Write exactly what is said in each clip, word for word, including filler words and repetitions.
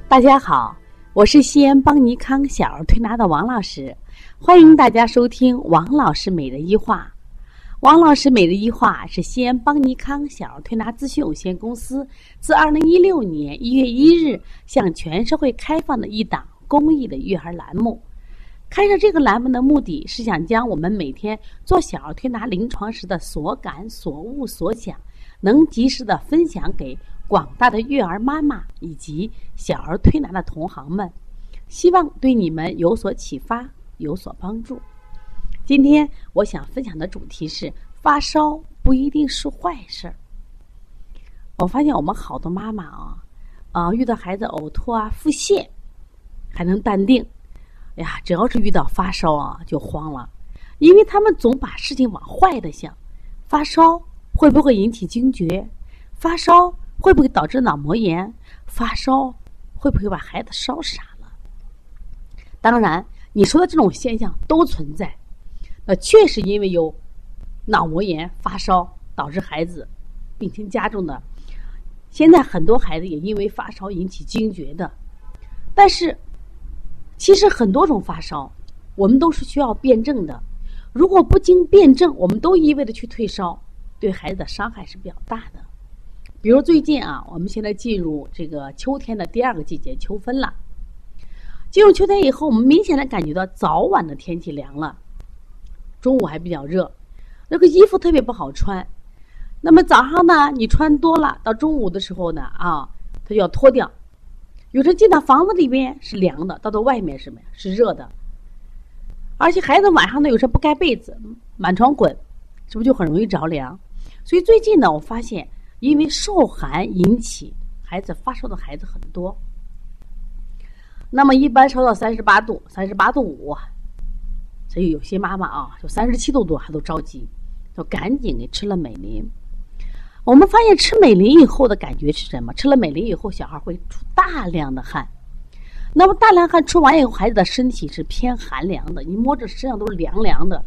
大家好，我是西安邦尼康小儿推拿的王老师，欢迎大家收听王老师每日一话。王老师每日一话是西安邦尼康小儿推拿咨询有限公司自二零一六年一月一日向全社会开放的一档公益的育儿栏目。开设这个栏目的目的是想将我们每天做小儿推拿临床时的所感所悟所想，能及时的分享给广大的育儿妈妈以及小儿推拿的同行们，希望对你们有所启发，有所帮助。今天我想分享的主题是发烧不一定是坏事儿。我发现我们好多妈妈啊，啊遇到孩子呕吐啊、腹泻，还能淡定。哎呀，只要是遇到发烧啊，就慌了，因为他们总把事情往坏的想。发烧会不会引起惊厥？发烧会不会导致脑膜炎？发烧会不会把孩子烧傻了？当然，你说的这种现象都存在。那确实因为有脑膜炎、发烧导致孩子病情加重的，现在很多孩子也因为发烧引起惊厥的。但是，其实很多种发烧，我们都是需要辩证的。如果不经辩证，我们都一味的去退烧，对孩子的伤害是比较大的。比如最近啊，我们现在进入这个秋天的第二个季节，秋分了。进入秋天以后，我们明显的感觉到早晚的天气凉了，中午还比较热，那个衣服特别不好穿。那么早上呢，你穿多了，到中午的时候呢，啊，它就要脱掉。有时进到房子里面是凉的，到到外面是什么呀？是热的。而且孩子晚上呢，有时候不盖被子，满床滚，是不是就很容易着凉？所以最近呢，我发现因为受寒引起孩子发烧的孩子很多。那么一般烧到三十八度、三十八度五，所以有些妈妈啊，就三十七度多还都着急，就赶紧给吃了美林。我们发现吃美林以后的感觉是什么？吃了美林以后，小孩会出大量的汗。那么大量汗出完以后，孩子的身体是偏寒凉的，你摸着身上都是凉凉的。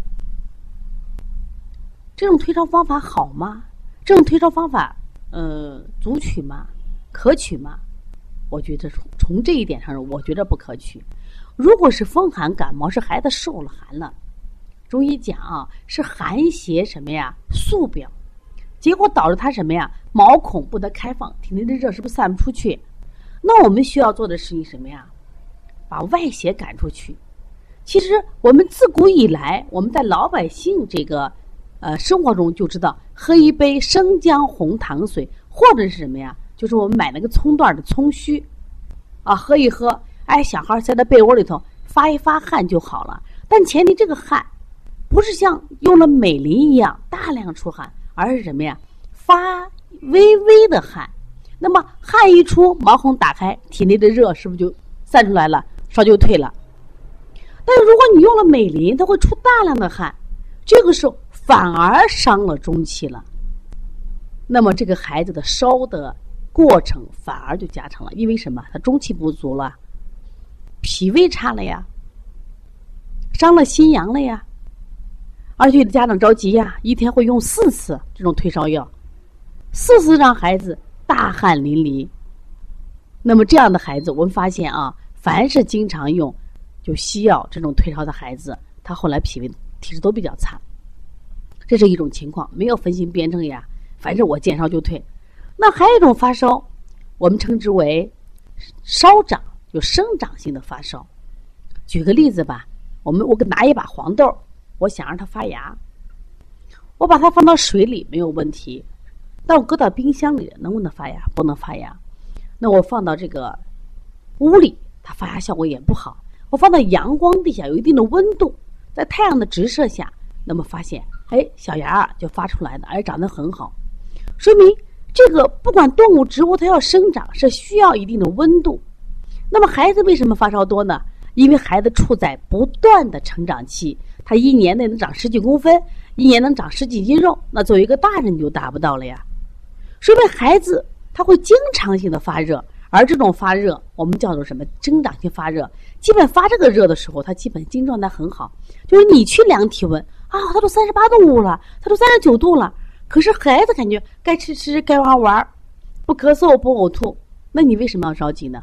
这种退烧方法好吗？这种退烧方法，呃，足取吗？可取吗？我觉得从从这一点上，我觉得不可取。如果是风寒感冒，是孩子受了寒了，中医讲啊，是寒邪什么呀？宿表。结果导致他什么呀？毛孔不得开放，体内的热是不是散不出去？那我们需要做的事情什么呀？把外邪赶出去。其实我们自古以来，我们在老百姓这个呃生活中就知道，喝一杯生姜红糖水，或者是什么呀？就是我们买那个葱段的葱须啊，喝一喝，哎，小孩塞在被窝里头发一发汗就好了。但前提这个汗不是像用了美林一样大量出汗，而是什么呀？发微微的汗。那么汗一出，毛孔打开，体内的热是不是就散出来了，烧就退了？但是如果你用了美林，它会出大量的汗，这个时候反而伤了中气了。那么这个孩子的烧的过程反而就加长了，因为什么？他中气不足了，脾胃差了呀，伤了心阳了呀。而且家长着急呀，一天会用四次这种退烧药，四次让孩子大汗淋漓。那么这样的孩子，我们发现啊，凡是经常用就西药这种退烧的孩子，他后来脾胃体质都比较差。这是一种情况，没有分析辩证呀，反正我见烧就退。那还有一种发烧，我们称之为烧长，就生长性的发烧。举个例子吧，我们我拿一把黄豆，我想让它发芽，我把它放到水里没有问题，但我搁到冰箱里能不能发芽？不能发芽。那我放到这个屋里，它发芽效果也不好。我放到阳光地下，有一定的温度，在太阳的直射下，那么发现，哎，小芽就发出来了，而且长得很好，说明这个不管动物、植物，它要生长是需要一定的温度。那么孩子为什么发烧多呢？因为孩子处在不断的成长期，他一年内能长十几公分，一年能长十几斤肉，那作为一个大人就达不到了呀。说明孩子他会经常性的发热，而这种发热我们叫做什么？增长性发热。基本发这个热的时候，他基本精状态很好，就是你去量体温啊，他都三十八度五了，他都三十九度了，可是孩子感觉该吃吃该玩玩，不咳嗽不呕吐，那你为什么要着急呢？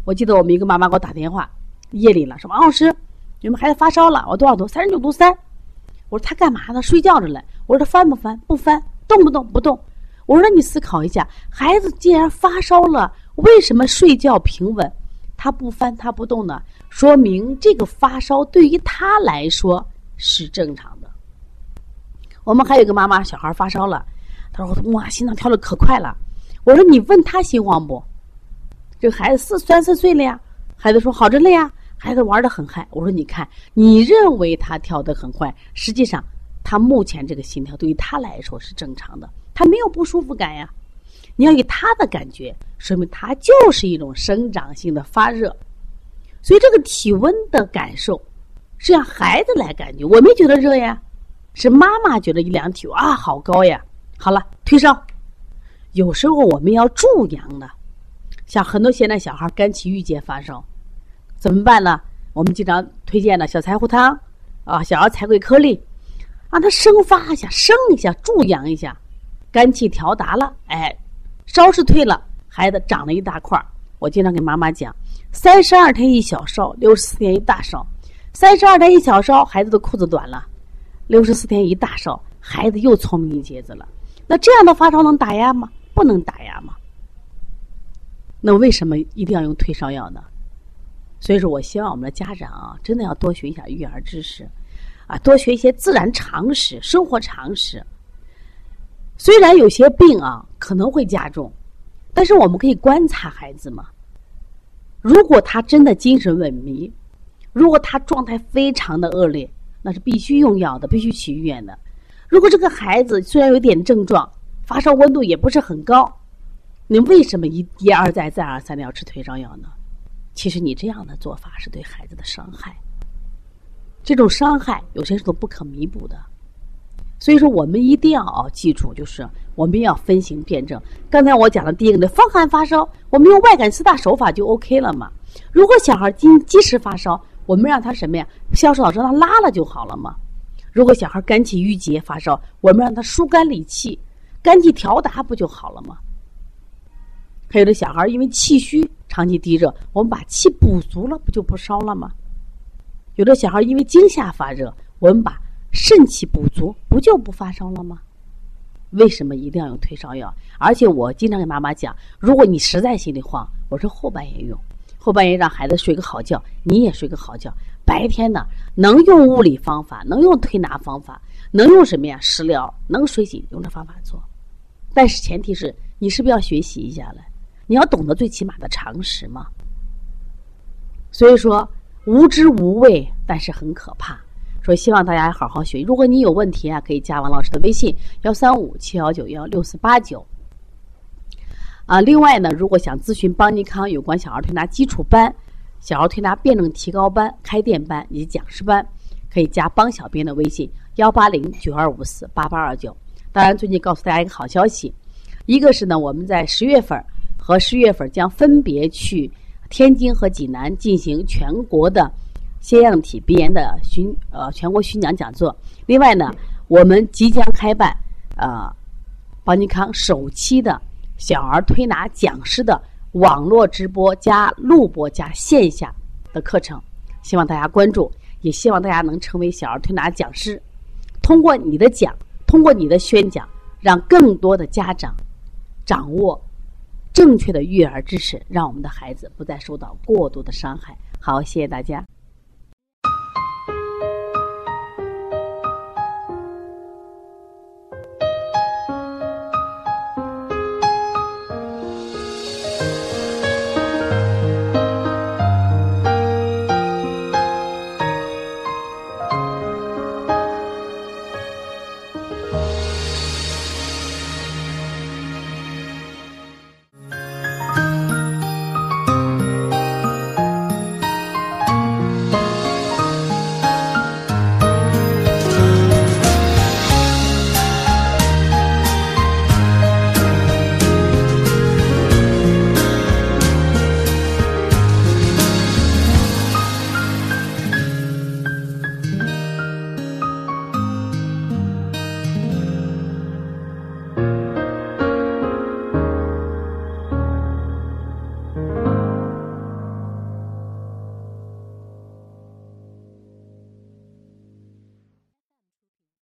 我记得我们一个妈妈给我打电话，夜里了，说王老师，你们孩子发烧了，我多少度？三十九度三。我说他干嘛呢？睡觉着嘞。我说他翻不翻？不翻。动不动？不动。我说那你思考一下，孩子既然发烧了，为什么睡觉平稳，他不翻他不动呢？说明这个发烧对于他来说是正常的。我们还有一个妈妈，小孩发烧了，她说哇，心脏跳得可快了。我说你问他心慌不？这个孩子四三四岁了呀，孩子说好着了呀，孩子玩得很嗨。我说你看，你认为他跳得很快，实际上他目前这个心跳对于他来说是正常的，他没有不舒服感呀。你要以他的感觉，说明他就是一种生长性的发热。所以这个体温的感受是让孩子来感觉，我没觉得热呀，是妈妈觉得一量体温啊好高呀。好了，退烧。有时候我们要助阳的，像很多现在小孩肝气郁结发烧，怎么办呢？我们经常推荐的小柴胡汤啊，小儿柴桂颗粒，让它生发一下，生一下，助阳一下，肝气调达了，哎，烧是退了，孩子长了一大块。我经常给妈妈讲，三十二天一小烧，六十四天一大烧。三十二天一小烧，孩子的裤子短了；六十四天一大烧，孩子又聪明一截子了。那这样的发烧能打压吗？不能打压吗？那为什么一定要用退烧药呢？所以说我希望我们的家长啊，真的要多学一下育儿知识啊，多学一些自然常识、生活常识。虽然有些病啊可能会加重，但是我们可以观察孩子嘛。如果他真的精神萎靡，如果他状态非常的恶劣，那是必须用药的，必须去医院的。如果这个孩子虽然有点症状，发烧温度也不是很高，你为什么一一而再再而三的要吃退烧药呢？其实你这样的做法是对孩子的伤害，这种伤害有些时候不可弥补的。所以说我们一定要、哦、记住，就是我们要分型辨证。刚才我讲的第一个的风寒发烧，我们用外感四大手法就 OK 了嘛。如果小孩经积食发烧，我们让他什么呀？消食导让他拉了就好了嘛。如果小孩肝气郁结发烧，我们让他疏肝理气，肝气调达不就好了吗？还有的小孩因为气虚长期低热，我们把气补足了，不就不烧了吗？有的小孩因为惊吓发热，我们把肾气补足，不就不发烧了吗？为什么一定要用退烧药？而且我经常跟妈妈讲，如果你实在心里慌，我说后半夜用，后半夜让孩子睡个好觉，你也睡个好觉。白天呢，能用物理方法，能用推拿方法，能用什么呀？食疗，能水洗，用这方法做。但是前提是你是不是要学习一下来？你要懂得最起码的常识嘛。所以说无知无畏，但是很可怕。所以希望大家好好学。如果你有问题啊，可以加王老师的微信幺三五七幺九幺六四八九。啊，另外呢，如果想咨询邦尼康有关小儿推拿基础班、小儿推拿辩证提高班、开店班以及讲师班，可以加邦小编的微信幺八零九二五四八八二九。当然，最近告诉大家一个好消息，一个是呢，我们在十月份和十月份将分别去天津和济南进行全国的腺样体鼻炎的巡呃全国巡讲讲座。另外呢，我们即将开办呃邦尼康首期的小儿推拿讲师的网络直播加录播加线下的课程，希望大家关注，也希望大家能成为小儿推拿讲师。通过你的讲，通过你的宣讲，让更多的家长掌握正确的育儿知识，让我们的孩子不再受到过度的伤害。好，谢谢大家。